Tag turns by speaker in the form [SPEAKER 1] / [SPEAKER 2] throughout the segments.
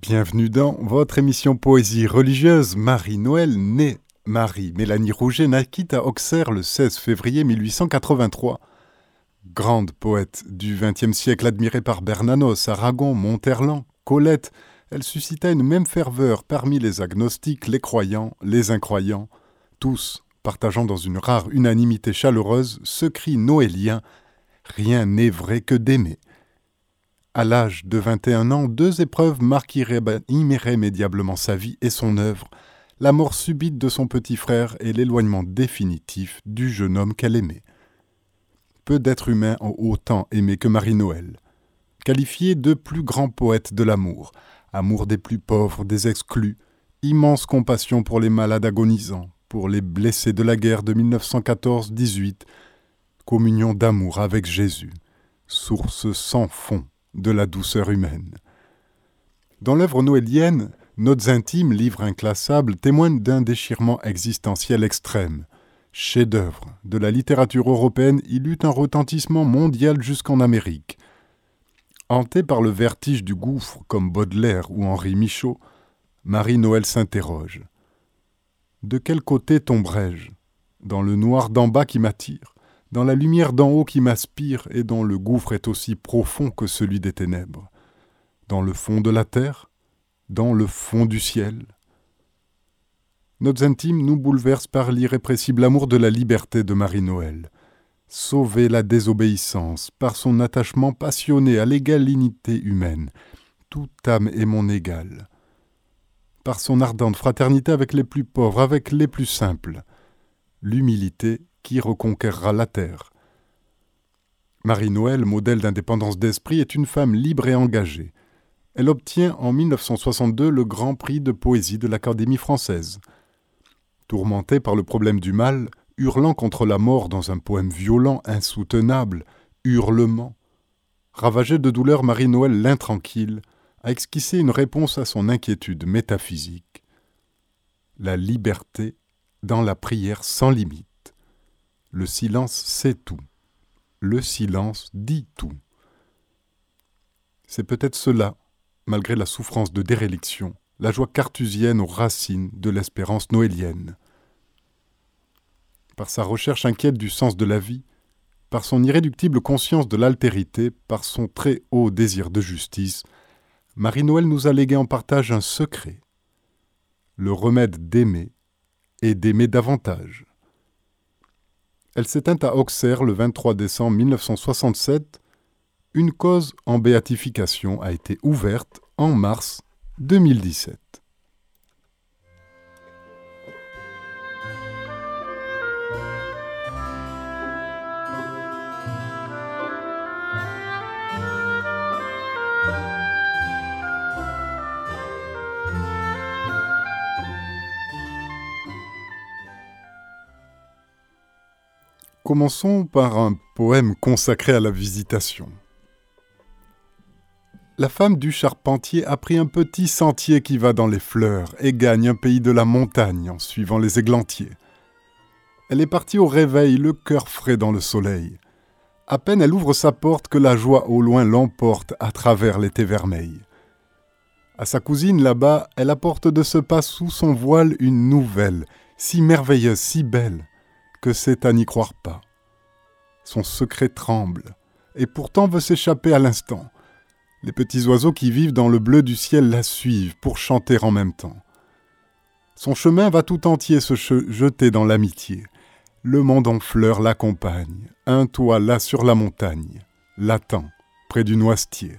[SPEAKER 1] Bienvenue dans votre émission Poésie religieuse. Marie-Noël, née Marie-Mélanie Rouget, naquit à Auxerre le 16 février 1883. Grande poète du XXe siècle, admirée par Bernanos, Aragon, Monterland, Colette, elle suscita une même ferveur parmi les agnostiques, les croyants, les incroyants, tous partageant dans une rare unanimité chaleureuse ce cri noélien « Rien n'est vrai que d'aimer ». À l'âge de 21 ans, deux épreuves marquent irrémédiablement sa vie et son œuvre, la mort subite de son petit frère et l'éloignement définitif du jeune homme qu'elle aimait. Peu d'êtres humains ont autant aimé que Marie-Noël. Qualifiée de plus grand poète de l'amour, amour des plus pauvres, des exclus, immense compassion pour les malades agonisants, pour les blessés de la guerre de 1914-18, communion d'amour avec Jésus, source sans fond de la douceur humaine. Dans l'œuvre noélienne, Notes intimes, livre inclassable, témoignent d'un déchirement existentiel extrême. Chef-d'œuvre de la littérature européenne, il eut un retentissement mondial jusqu'en Amérique. Hantée par le vertige du gouffre comme Baudelaire ou Henri Michaud, Marie-Noël s'interroge. De quel côté tomberai-je ? Dans le noir d'en bas qui m'attire, dans la lumière d'en haut qui m'aspire et dont le gouffre est aussi profond que celui des ténèbres, dans le fond de la terre, dans le fond du ciel. Notes intimes nous bouleversent par l'irrépressible amour de la liberté de Marie-Noël. Sauver la désobéissance par son attachement passionné à l'égalité humaine. Toute âme est mon égale. Par son ardente fraternité avec les plus pauvres, avec les plus simples. L'humilité qui reconquérera la terre. Marie-Noël, modèle d'indépendance d'esprit, est une femme libre et engagée. Elle obtient en 1962 le Grand Prix de poésie de l'Académie française. Tourmentée par le problème du mal, hurlant contre la mort dans un poème violent, insoutenable, hurlement. Ravagée de douleur, Marie-Noël, l'intranquille, a esquissé une réponse à son inquiétude métaphysique. La liberté dans la prière sans limite. Le silence sait tout. Le silence dit tout. C'est peut-être cela, malgré la souffrance de déréliction, la joie cartésienne aux racines de l'espérance noélienne. Par sa recherche inquiète du sens de la vie, par son irréductible conscience de l'altérité, par son très haut désir de justice, Marie-Noël nous a légué en partage un secret, le remède d'aimer et d'aimer davantage. Elle s'éteint à Auxerre le 23 décembre 1967. Une cause en béatification a été ouverte en mars 2017. Commençons par un poème consacré à la visitation. La femme du charpentier a pris un petit sentier qui va dans les fleurs et gagne un pays de la montagne en suivant les églantiers. Elle est partie au réveil, le cœur frais dans le soleil. À peine elle ouvre sa porte que la joie au loin l'emporte à travers l'été vermeil. À sa cousine là-bas, elle apporte de ce pas sous son voile une nouvelle, si merveilleuse, si belle, que c'est à n'y croire pas. Son secret tremble, et pourtant veut s'échapper à l'instant. Les petits oiseaux qui vivent dans le bleu du ciel la suivent pour chanter en même temps. Son chemin va tout entier se jeter dans l'amitié. Le monde en fleurs l'accompagne, un toit là sur la montagne, l'attend, près du noisetier.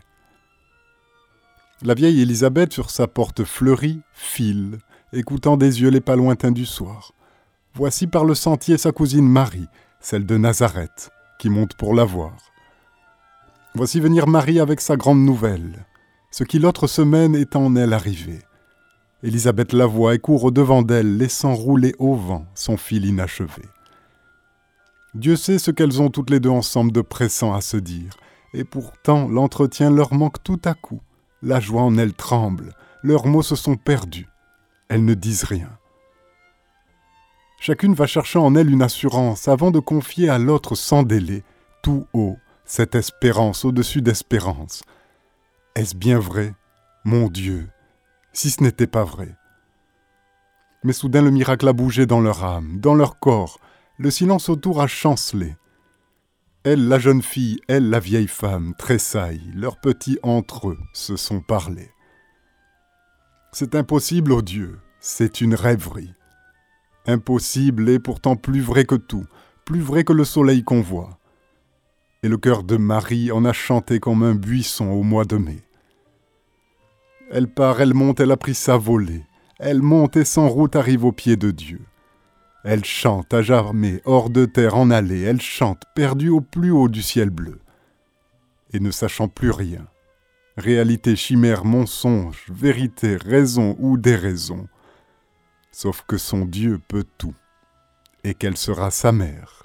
[SPEAKER 1] La vieille Élisabeth sur sa porte fleurie file, écoutant des yeux les pas lointains du soir. Voici par le sentier sa cousine Marie, celle de Nazareth, qui monte pour la voir. Voici venir Marie avec sa grande nouvelle. Ce qui l'autre semaine est en elle arrivé. Élisabeth la voit et court au-devant d'elle, laissant rouler au vent son fil inachevé. Dieu sait ce qu'elles ont toutes les deux ensemble de pressant à se dire, et pourtant l'entretien leur manque tout à coup. La joie en elles tremble, leurs mots se sont perdus. Elles ne disent rien. Chacune va chercher en elle une assurance avant de confier à l'autre sans délai, tout haut, cette espérance au-dessus d'espérance. Est-ce bien vrai, mon Dieu, si ce n'était pas vrai. Mais soudain le miracle a bougé dans leur âme, dans leur corps, le silence autour a chancelé. Elle, la jeune fille, elle, la vieille femme, tressaillent, leurs petits entre eux se sont parlé. C'est impossible, ô Dieu, c'est une rêverie. Impossible et pourtant plus vrai que tout, plus vrai que le soleil qu'on voit. Et le cœur de Marie en a chanté comme un buisson au mois de mai. Elle part, elle monte, elle a pris sa volée. Elle monte et sans route arrive aux pieds de Dieu. Elle chante à jamais, hors de terre, en allée. Elle chante, perdue au plus haut du ciel bleu. Et ne sachant plus rien. Réalité, chimère, mensonge, vérité, raison ou déraison. Sauf que son Dieu peut tout. Et qu'elle sera sa mère.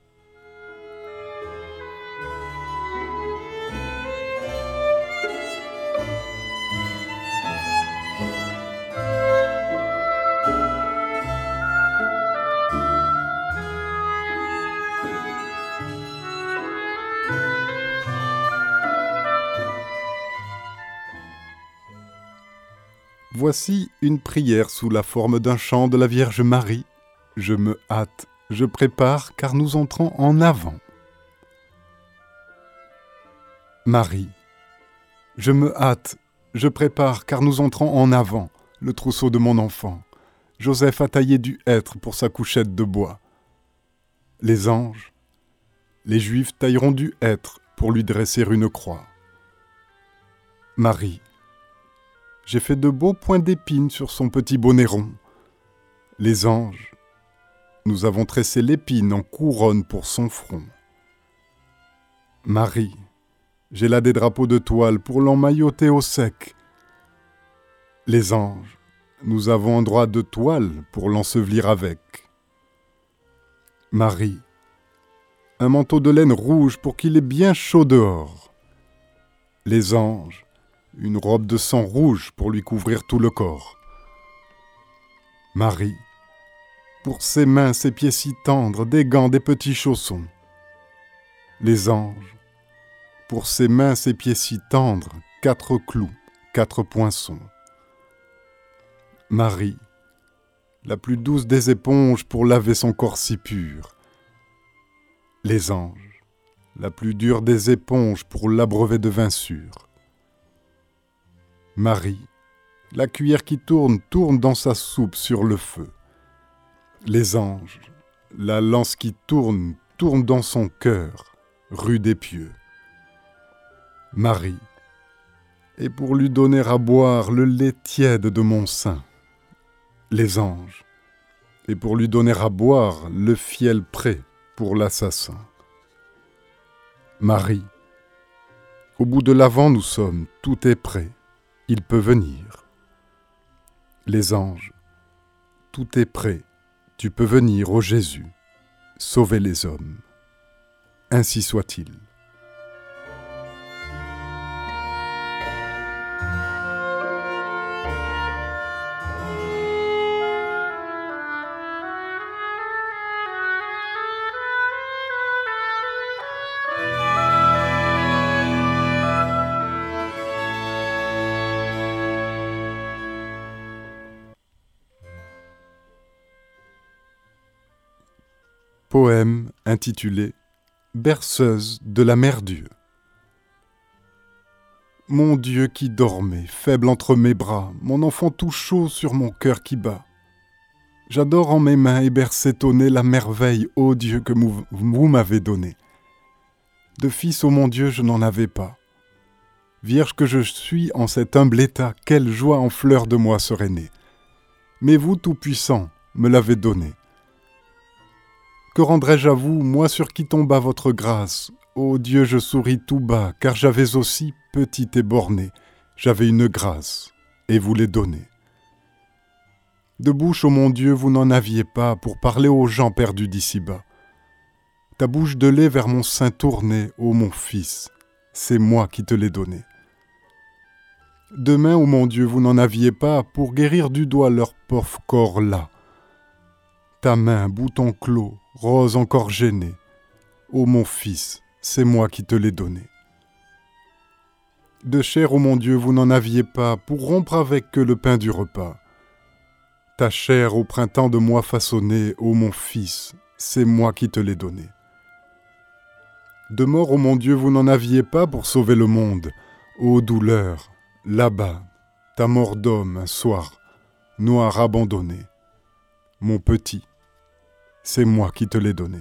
[SPEAKER 1] Voici une prière sous la forme d'un chant de la Vierge Marie. Je me hâte, je prépare, car nous entrons en avant. Marie. Je me hâte, je prépare, car nous entrons en avant, le trousseau de mon enfant. Joseph a taillé du hêtre pour sa couchette de bois. Les anges, les Juifs tailleront du hêtre pour lui dresser une croix. Marie. J'ai fait de beaux points d'épines sur son petit bonnet rond. Les anges, nous avons tressé l'épine en couronne pour son front. Marie, j'ai là des drapeaux de toile pour l'emmailloter au sec. Les anges, nous avons un drap de toile pour l'ensevelir avec. Marie, un manteau de laine rouge pour qu'il ait bien chaud dehors. Les anges, une robe de sang rouge pour lui couvrir tout le corps. Marie, pour ses mains, ses pieds si tendres, des gants, des petits chaussons. Les anges, pour ses mains, ses pieds si tendres, 4 clous, 4 poinçons. Marie, la plus douce des éponges pour laver son corps si pur. Les anges, la plus dure des éponges pour l'abreuver de vin sûr. Marie, la cuillère qui tourne, tourne dans sa soupe sur le feu. Les anges, la lance qui tourne, tourne dans son cœur, rude et pieux. Marie, et pour lui donner à boire le lait tiède de mon sein. Les anges, et pour lui donner à boire le fiel prêt pour l'assassin. Marie, au bout de l'avant nous sommes, tout est prêt. Il peut venir. Les anges, tout est prêt, tu peux venir, ô Jésus, sauver les hommes. Ainsi soit-il. Poème intitulé « Berceuse de la Mère Dieu ». Mon Dieu qui dormait, faible entre mes bras, mon enfant tout chaud sur mon cœur qui bat. J'adore en mes mains et berce étonné la merveille, ô Dieu, que vous m'avez donnée. De fils, ô mon Dieu, je n'en avais pas. Vierge que je suis en cet humble état, quelle joie en fleur de moi serait née. Mais vous, Tout-Puissant, me l'avez donné. Que rendrai-je à vous, moi sur qui tomba votre grâce? Ô Dieu, je souris tout bas, car j'avais aussi, petit et borné, j'avais une grâce, et vous l'ai donnée. De bouche, ô mon Dieu, vous n'en aviez pas pour parler aux gens perdus d'ici-bas. Ta bouche de lait vers mon sein tournée, ô mon Fils, c'est moi qui te l'ai donnée. De main, ô mon Dieu, vous n'en aviez pas pour guérir du doigt leur pauvre corps là. Ta main, bouton clos, rose encore gênée, ô mon Fils, c'est moi qui te l'ai donnée. De chair, ô mon Dieu, vous n'en aviez pas, pour rompre avec que le pain du repas. Ta chair au printemps de moi façonnée, ô mon fils, c'est moi qui te l'ai donnée. De mort, ô mon Dieu, vous n'en aviez pas pour sauver le monde. Ô douleur, là-bas, ta mort d'homme un soir, noir abandonné. Mon petit, c'est moi qui te l'ai donné.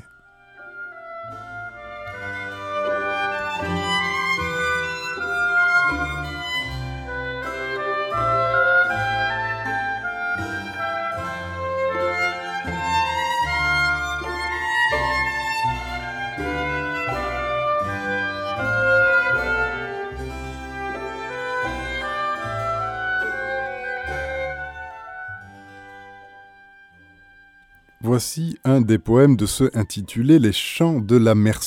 [SPEAKER 1] Voici un des poèmes de ceux intitulés « Les chants de la merci ».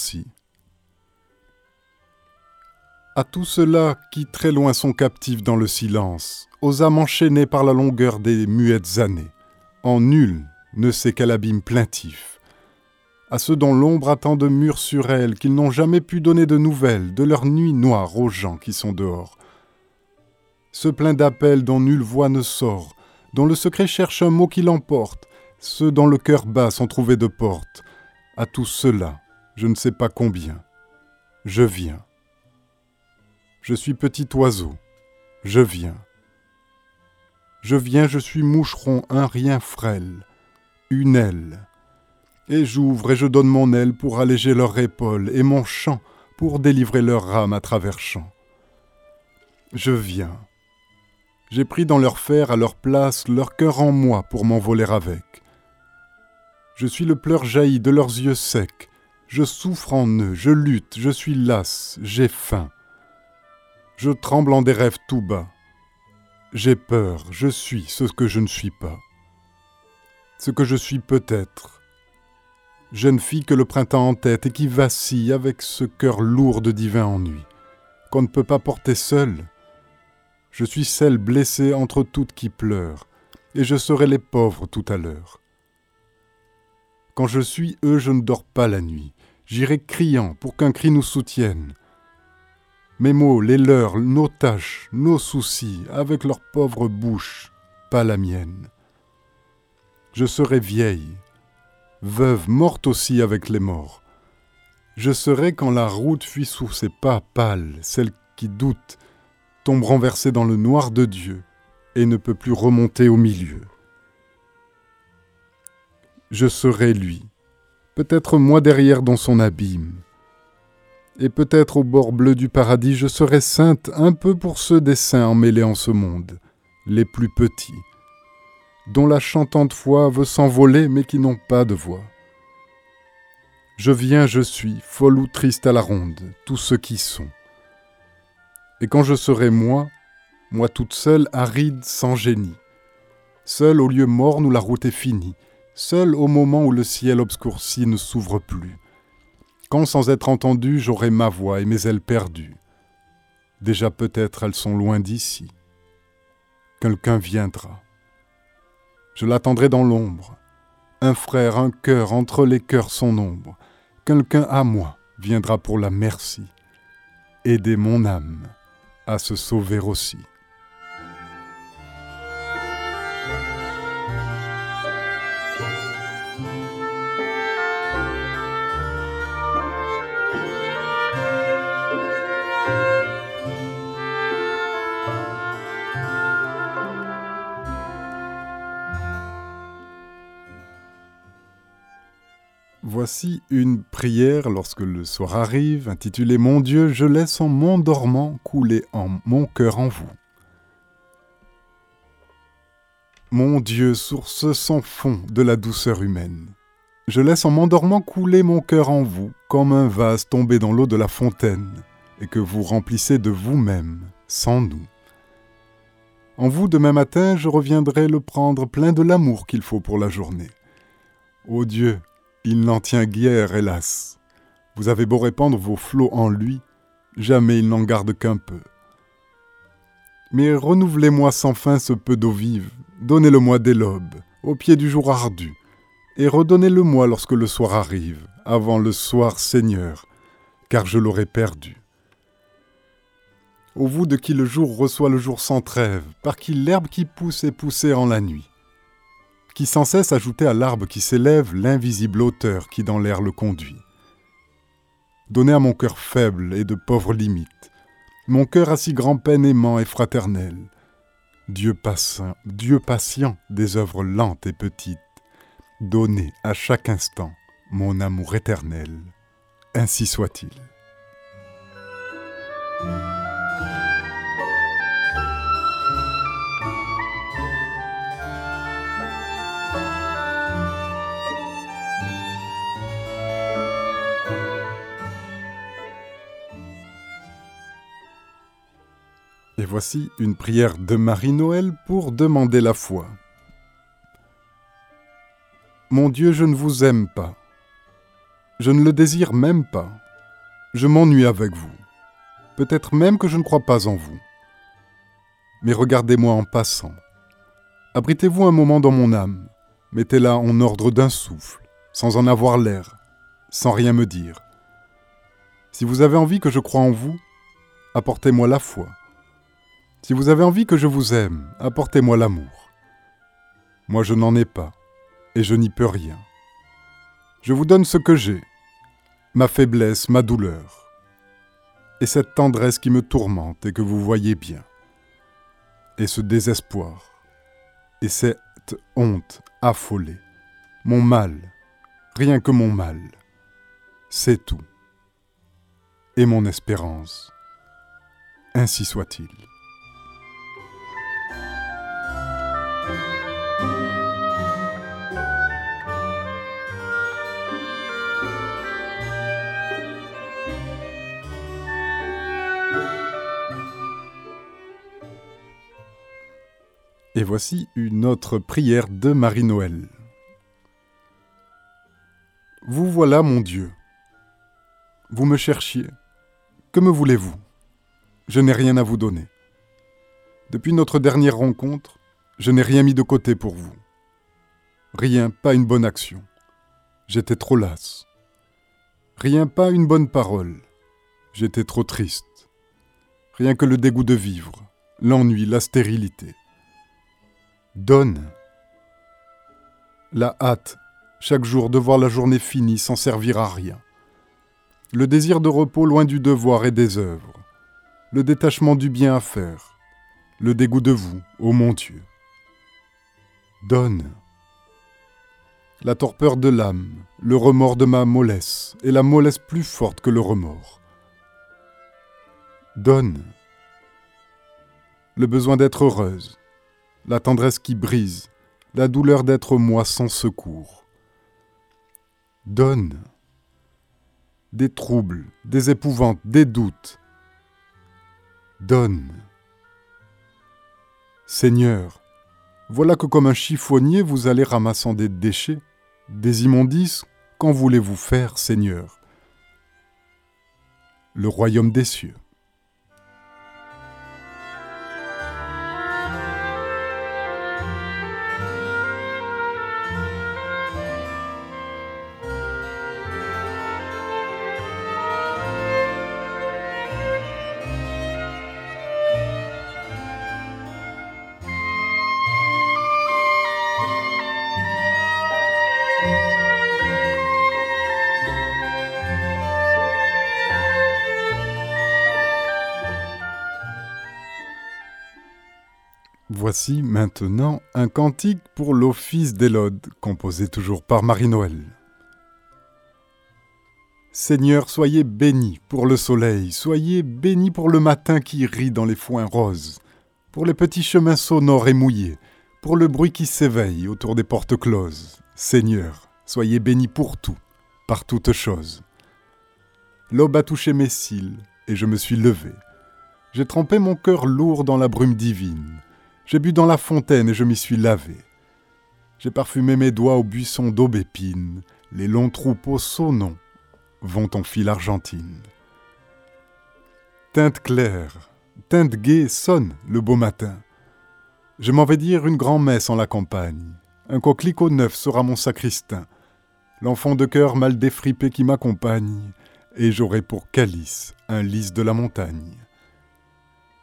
[SPEAKER 1] À tous ceux-là qui très loin sont captifs dans le silence, aux âmes enchaînées par la longueur des muettes années, en nul ne sait quel abîme plaintif, à ceux dont l'ombre attend de murs sur elles, qu'ils n'ont jamais pu donner de nouvelles de leur nuit noire aux gens qui sont dehors, ceux pleins d'appels dont nulle voix ne sort, dont le secret cherche un mot qui l'emporte, ceux dont le cœur bas sont trouvés de porte, à tous ceux-là, je ne sais pas combien, je viens. Je suis petit oiseau, je viens. Je viens, je suis moucheron, un rien frêle, une aile. Et j'ouvre et je donne mon aile pour alléger leur épaule et mon chant pour délivrer leur rame à travers champs. Je viens. J'ai pris dans leur fer à leur place leur cœur en moi pour m'envoler avec. Je suis le pleur jailli de leurs yeux secs. Je souffre en eux, je lutte, je suis las, j'ai faim. Je tremble en des rêves tout bas. J'ai peur, je suis ce que je ne suis pas. Ce que je suis peut-être. Jeune fille que le printemps en tête et qui vacille avec ce cœur lourd de divin ennui, qu'on ne peut pas porter seule. Je suis celle blessée entre toutes qui pleurent, et je serai les pauvres tout à l'heure. Quand je suis eux, je ne dors pas la nuit. J'irai criant pour qu'un cri nous soutienne. Mes mots, les leurs, nos tâches, nos soucis, avec leur pauvre bouche, pas la mienne. Je serai vieille, veuve, morte aussi avec les morts. Je serai quand la route fuit sous ses pas pâles, celle qui doute, tombe renversée dans le noir de Dieu et ne peut plus remonter au milieu. Je serai lui, peut-être moi derrière dans son abîme. Et peut-être au bord bleu du paradis, je serai sainte un peu pour ceux des saints emmêlés en ce monde, les plus petits, dont la chantante foi veut s'envoler mais qui n'ont pas de voix. Je viens, je suis, folle ou triste à la ronde, tous ceux qui sont. Et quand je serai moi toute seule, aride, sans génie, seule au lieu morne où la route est finie, seul au moment où le ciel obscurci ne s'ouvre plus, quand sans être entendu j'aurai ma voix et mes ailes perdues. Déjà peut-être elles sont loin d'ici. Quelqu'un viendra. Je l'attendrai dans l'ombre. Un frère, un cœur, entre les cœurs son ombre. Quelqu'un à moi viendra pour la merci. Aider mon âme à se sauver aussi. Voici une prière lorsque le soir arrive, intitulée « Mon Dieu, je laisse en m'endormant couler en mon cœur en vous ». Mon Dieu, source sans fond de la douceur humaine, je laisse en m'endormant couler mon cœur en vous, comme un vase tombé dans l'eau de la fontaine, et que vous remplissez de vous-même, sans nous. En vous, demain matin, je reviendrai le prendre plein de l'amour qu'il faut pour la journée. Ô Dieu, il n'en tient guère, hélas. Vous avez beau répandre vos flots en lui, jamais il n'en garde qu'un peu. Mais renouvelez-moi sans fin ce peu d'eau vive, donnez-le-moi dès l'aube, au pied du jour ardu, et redonnez-le-moi lorsque le soir arrive, avant le soir Seigneur, car je l'aurai perdu. Ô vous de qui le jour reçoit le jour sans trêve, par qui l'herbe qui pousse est poussée en la nuit, qui sans cesse ajoutait à l'arbre qui s'élève l'invisible hauteur qui dans l'air le conduit. Donnez à mon cœur faible et de pauvres limites, mon cœur à si grand peine aimant et fraternel, Dieu patient des œuvres lentes et petites, donnez à chaque instant mon amour éternel, ainsi soit-il. Et voici une prière de Marie-Noël pour demander la foi. Mon Dieu, je ne vous aime pas. Je ne le désire même pas. Je m'ennuie avec vous. Peut-être même que je ne crois pas en vous. Mais regardez-moi en passant. Abritez-vous un moment dans mon âme. Mettez-la en ordre d'un souffle, sans en avoir l'air, sans rien me dire. Si vous avez envie que je croie en vous, apportez-moi la foi. Si vous avez envie que je vous aime, apportez-moi l'amour. Moi je n'en ai pas, et je n'y peux rien. Je vous donne ce que j'ai, ma faiblesse, ma douleur, et cette tendresse qui me tourmente et que vous voyez bien, et ce désespoir, et cette honte affolée, mon mal, rien que mon mal, c'est tout, et mon espérance, ainsi soit-il. Et voici une autre prière de Marie-Noël. Vous voilà, mon Dieu. Vous me cherchiez. Que me voulez-vous? Je n'ai rien à vous donner. Depuis notre dernière rencontre, je n'ai rien mis de côté pour vous. Rien, pas une bonne action. J'étais trop lasse. Rien, pas une bonne parole. J'étais trop triste. Rien que le dégoût de vivre, l'ennui, la stérilité. Donne. La hâte, chaque jour de voir la journée finie sans servir à rien. Le désir de repos loin du devoir et des œuvres. Le détachement du bien à faire. Le dégoût de vous, ô mon Dieu. Donne. La torpeur de l'âme, le remords de ma mollesse, et la mollesse plus forte que le remords. Donne. Le besoin d'être heureuse, la tendresse qui brise, la douleur d'être moi sans secours. Donne. Des troubles, des épouvantes, des doutes. Donne. Seigneur, voilà que comme un chiffonnier vous allez ramassant des déchets, des immondices, qu'en voulez-vous faire, Seigneur? Le royaume des cieux. Voici maintenant un cantique pour l'office des laudes, composé toujours par Marie-Noël. Seigneur, soyez bénis pour le soleil, soyez bénis pour le matin qui rit dans les foins roses, pour les petits chemins sonores et mouillés, pour le bruit qui s'éveille autour des portes closes. Seigneur, soyez bénis pour tout, par toutes choses. L'aube a touché mes cils, et je me suis levé. J'ai trempé mon cœur lourd dans la brume divine. J'ai bu dans la fontaine et je m'y suis lavé. J'ai parfumé mes doigts au buisson d'aubépine. Les longs troupeaux sonnants vont en file argentine. Teinte claire, teinte gaie sonne le beau matin. Je m'en vais dire une grand-messe en la campagne. Un coquelicot neuf sera mon sacristain. L'enfant de cœur mal défripé qui m'accompagne, et j'aurai pour calice un lys de la montagne.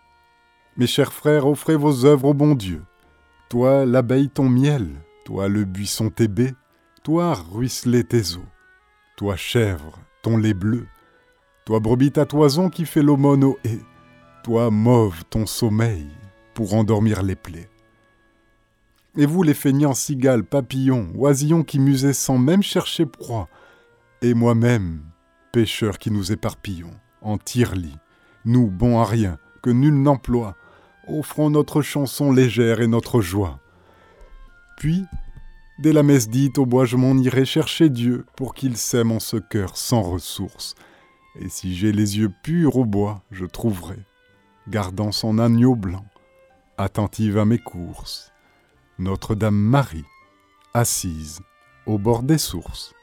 [SPEAKER 1] Mes chers frères, offrez vos œuvres au bon Dieu. Toi, l'abeille ton miel, toi, le buisson tes baies, toi, ruisselet tes eaux, toi, chèvre, ton lait bleu, toi, brebis ta toison qui fait l'aumône aux haies, toi, mauve, ton sommeil, pour endormir les plaies. Et vous, les feignants cigales, papillons, oisillons qui musez sans même chercher proie, et moi-même, pêcheurs qui nous éparpillons, en tire-lit, nous, bons à rien, que nul n'emploie, offrons notre chanson légère et notre joie. Puis, dès la messe dite, au bois je m'en irai chercher Dieu, pour qu'il sème en ce cœur sans ressources. Et si j'ai les yeux purs au bois, je trouverai, gardant son agneau blanc, attentive à mes courses, Notre-Dame Marie, assise au bord des sources.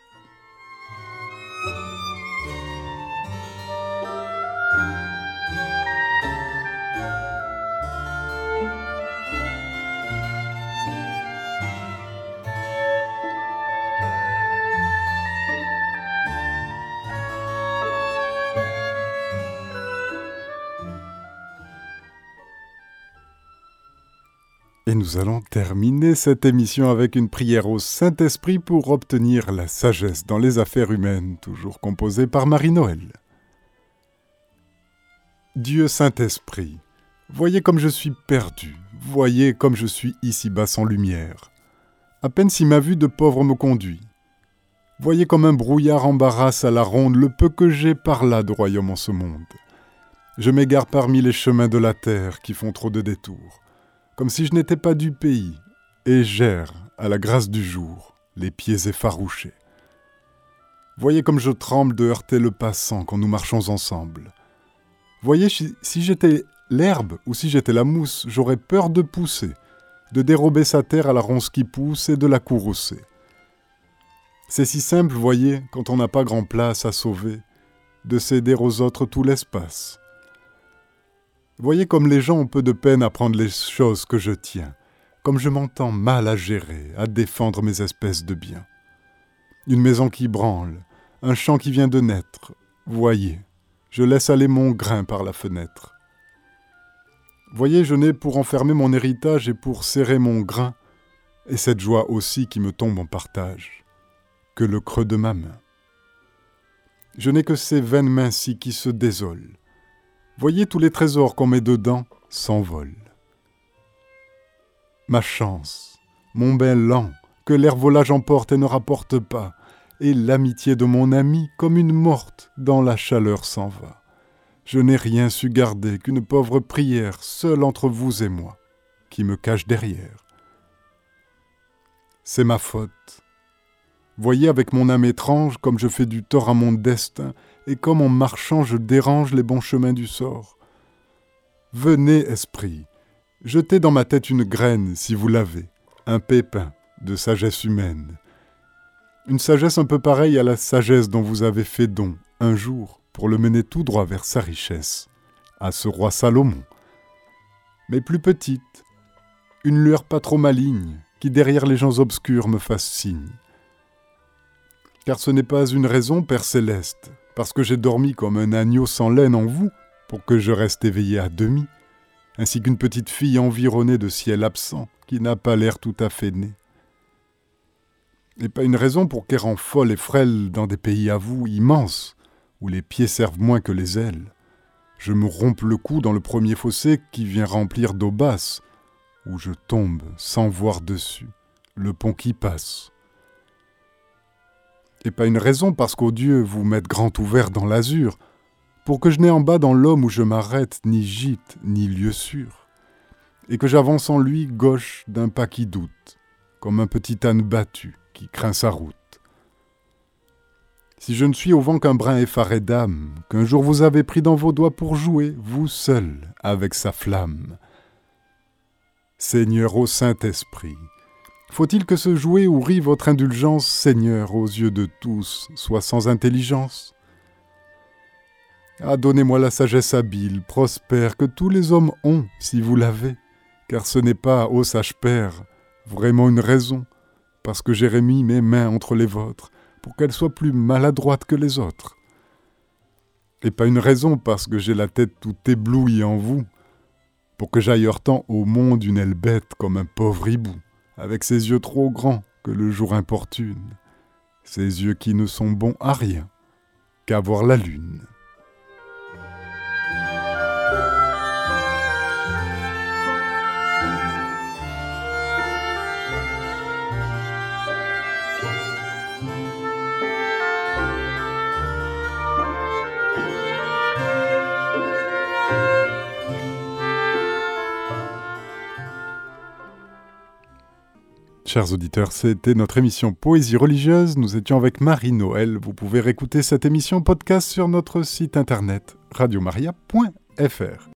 [SPEAKER 1] Et nous allons terminer cette émission avec une prière au Saint-Esprit pour obtenir la sagesse dans les affaires humaines, toujours composée par Marie-Noël. Dieu Saint-Esprit, voyez comme je suis perdu, voyez comme je suis ici-bas sans lumière. À peine si ma vue de pauvre me conduit. Voyez comme un brouillard embarrasse à la ronde le peu que j'ai par là de royaume en ce monde. Je m'égare parmi les chemins de la terre qui font trop de détours. Comme si je n'étais pas du pays, et j'erre, à la grâce du jour, les pieds effarouchés. Voyez comme je tremble de heurter le passant quand nous marchons ensemble. Voyez si j'étais l'herbe ou si j'étais la mousse, j'aurais peur de pousser, de dérober sa terre à la ronce qui pousse et de la courroucer. C'est si simple, voyez, quand on n'a pas grand place à sauver, de céder aux autres tout l'espace. Voyez comme les gens ont peu de peine à prendre les choses que je tiens, comme je m'entends mal à gérer, à défendre mes espèces de biens. Une maison qui branle, un champ qui vient de naître, voyez, je laisse aller mon grain par la fenêtre. Voyez, je n'ai pour enfermer mon héritage et pour serrer mon grain, et cette joie aussi qui me tombe en partage, que le creux de ma main. Je n'ai que ces vaines mains-ci qui se désolent. Voyez tous les trésors qu'on met dedans s'envolent. Ma chance, mon bain lent, que l'air volage emporte et ne rapporte pas, et l'amitié de mon ami, comme une morte, dans la chaleur s'en va. Je n'ai rien su garder qu'une pauvre prière, seule entre vous et moi, qui me cache derrière. C'est ma faute. Voyez avec mon âme étrange comme je fais du tort à mon destin, et comme en marchant je dérange les bons chemins du sort. Venez, esprit, jetez dans ma tête une graine, si vous l'avez, un pépin de sagesse humaine. Une sagesse un peu pareille à la sagesse dont vous avez fait don, un jour, pour le mener tout droit vers sa richesse, à ce roi Salomon. Mais plus petite, une lueur pas trop maligne, qui derrière les gens obscurs me fasse signe. Car ce n'est pas une raison, Père Céleste, parce que j'ai dormi comme un agneau sans laine en vous, pour que je reste éveillé à demi, ainsi qu'une petite fille environnée de ciel absent, qui n'a pas l'air tout à fait née. Et pas une raison pour qu'errant folle et frêle dans des pays à vous immenses, où les pieds servent moins que les ailes, je me rompe le cou dans le premier fossé qui vient remplir d'eau basse, où je tombe sans voir dessus le pont qui passe. Et pas une raison parce qu'au Dieu vous m'êtes grand ouvert dans l'azur, pour que je n'ai en bas dans l'homme où je m'arrête ni gîte ni lieu sûr, et que j'avance en lui gauche d'un pas qui doute, comme un petit âne battu qui craint sa route. Si je ne suis au vent qu'un brin effaré d'âme, qu'un jour vous avez pris dans vos doigts pour jouer, vous seul, avec sa flamme. Seigneur ô Saint-Esprit, faut-il que ce jouet où rit votre indulgence, Seigneur, aux yeux de tous, soit sans intelligence ? Ah, donnez-moi la sagesse habile, prospère, que tous les hommes ont, si vous l'avez, car ce n'est pas, ô sage Père, vraiment une raison, parce que j'ai remis mes mains entre les vôtres, pour qu'elles soient plus maladroites que les autres. Et pas une raison, parce que j'ai la tête tout éblouie en vous, pour que j'aille heurtant au monde une aile bête comme un pauvre hibou, avec ses yeux trop grands que le jour importune, ses yeux qui ne sont bons à rien qu'à voir la lune. Chers auditeurs, c'était notre émission Poésie religieuse. Nous étions avec Marie-Noël. Vous pouvez réécouter cette émission podcast sur notre site internet radiomaria.fr.